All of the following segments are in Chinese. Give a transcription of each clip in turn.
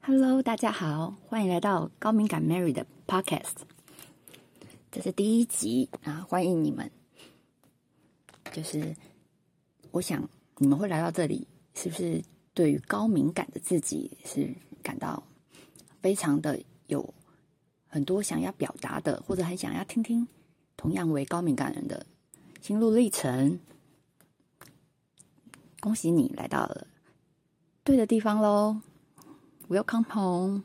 Hello， 大家好，欢迎来到高敏感 Mary 的 Podcast。这是第1集啊，欢迎你们。就是我想你们会来到这里，是不是对于高敏感的自己是感到非常的有很多想要表达的，或者很想要听听同样为高敏感人的心路历程？恭喜你来到了对的地方咯。Welcome home。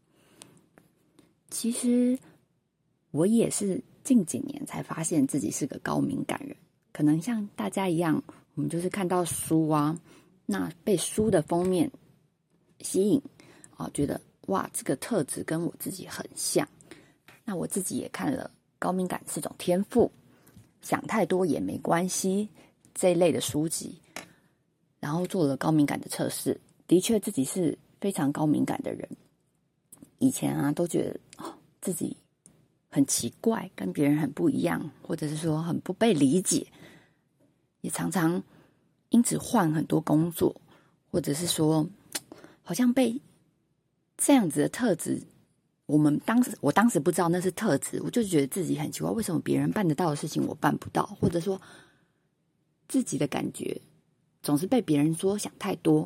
其实我也是近几年才发现自己是个高敏感人，可能像大家一样，我们就是看到书啊，那被书的封面吸引啊，觉得哇，这个特质跟我自己很像。那我自己也看了《高敏感是种天赋》，想太多也没关系这一类的书籍，然后做了高敏感的测试，的确自己是非常高敏感的人。以前啊都觉得自己很奇怪，跟别人很不一样，或者是说很不被理解，也常常因此换很多工作，或者是说好像被这样子的特质，我当时不知道那是特质，我就觉得自己很奇怪，为什么别人办得到的事情我办不到，或者说自己的感觉总是被别人说想太多，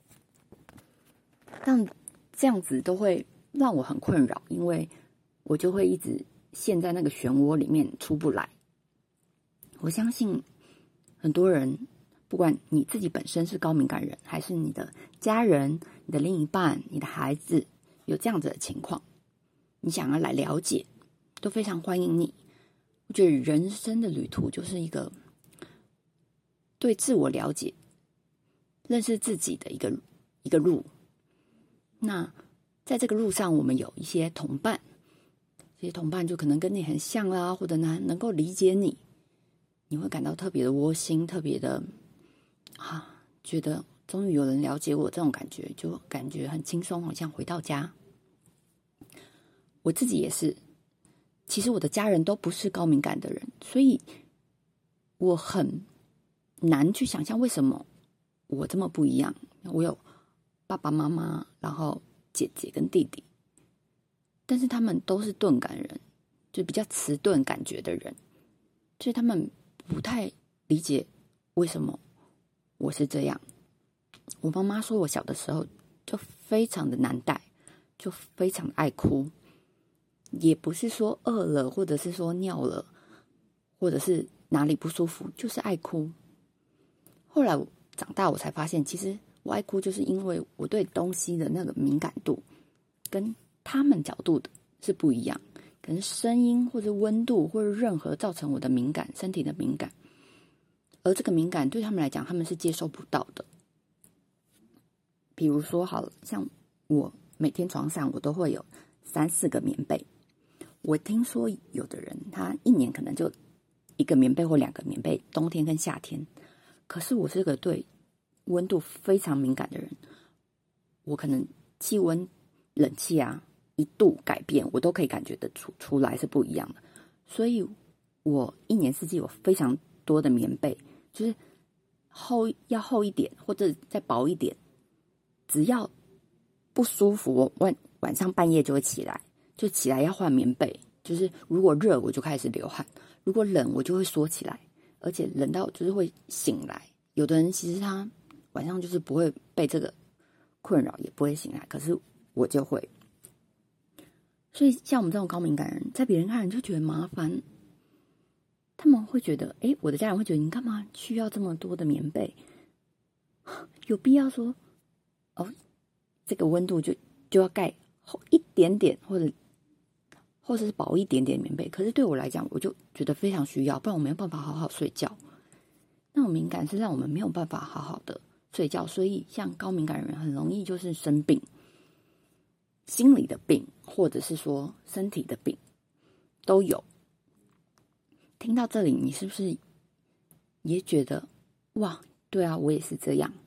但这样子都会让我很困扰，因为我就会一直陷在那个漩涡里面出不来。我相信很多人，不管你自己本身是高敏感人，还是你的家人、你的另一半、你的孩子有这样子的情况，你想要来了解，都非常欢迎你。我觉得人生的旅途就是一个对自我了解、认识自己的一个路。那在这个路上，我们有一些同伴，这些同伴就可能跟你很像啦，或者能够理解你，你会感到特别的窝心，特别的觉得终于有人了解我，这种感觉就感觉很轻松，好像回到家。我自己也是，其实我的家人都不是高敏感的人，所以我很难去想象为什么我这么不一样。我有爸爸妈妈，然后姐姐跟弟弟，但是他们都是钝感人，就比较迟钝感觉的人，所以他们不太理解为什么我是这样。我妈妈说我小的时候就非常的难带，就非常的爱哭，也不是说饿了，或者是说尿了，或者是哪里不舒服，就是爱哭。后来我长大，我才发现，其实我爱哭就是因为我对东西的那个敏感度跟他们角度的是不一样，可能声音或者温度或者任何造成我的敏感，身体的敏感，而这个敏感对他们来讲他们是接受不到的。比如说好了，像我每天床上我都会有3-4个棉被，我听说有的人他1年可能就1个棉被或2个棉被，冬天跟夏天。可是我是个对温度非常敏感的人，我可能气温冷气啊1度改变，我都可以感觉得出来是不一样的。所以我1年4季有非常多的棉被，就是要厚一点或者再薄一点，只要不舒服，我晚上半夜就会起来要换棉被，就是如果热我就开始流汗，如果冷我就会缩起来，而且冷到就是会醒来。有的人其实他晚上就是不会被这个困扰，也不会醒来，可是我就会。所以像我们这种高敏感人，在别人看来就觉得麻烦，他们会觉得我的家人会觉得你干嘛需要这么多的棉被，有必要说这个温度就要盖厚一点点，或者是薄一点点棉被。可是对我来讲，我就觉得非常需要，不然我没有办法好好睡觉。那种敏感是让我们没有办法好好的睡觉，所以像高敏感人很容易就是生病，心理的病或者是说身体的病都有。听到这里，你是不是也觉得哇，对啊，我也是这样？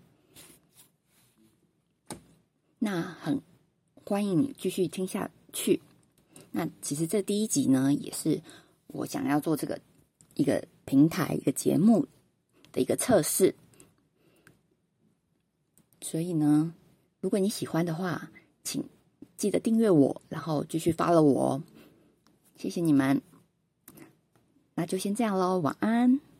那很欢迎你继续听下去。那其实这第1集呢，也是我想要做这个一个平台、一个节目的一个测试。所以呢，如果你喜欢的话，请记得订阅我，然后继续follow我哦。谢谢你们，那就先这样咯，晚安。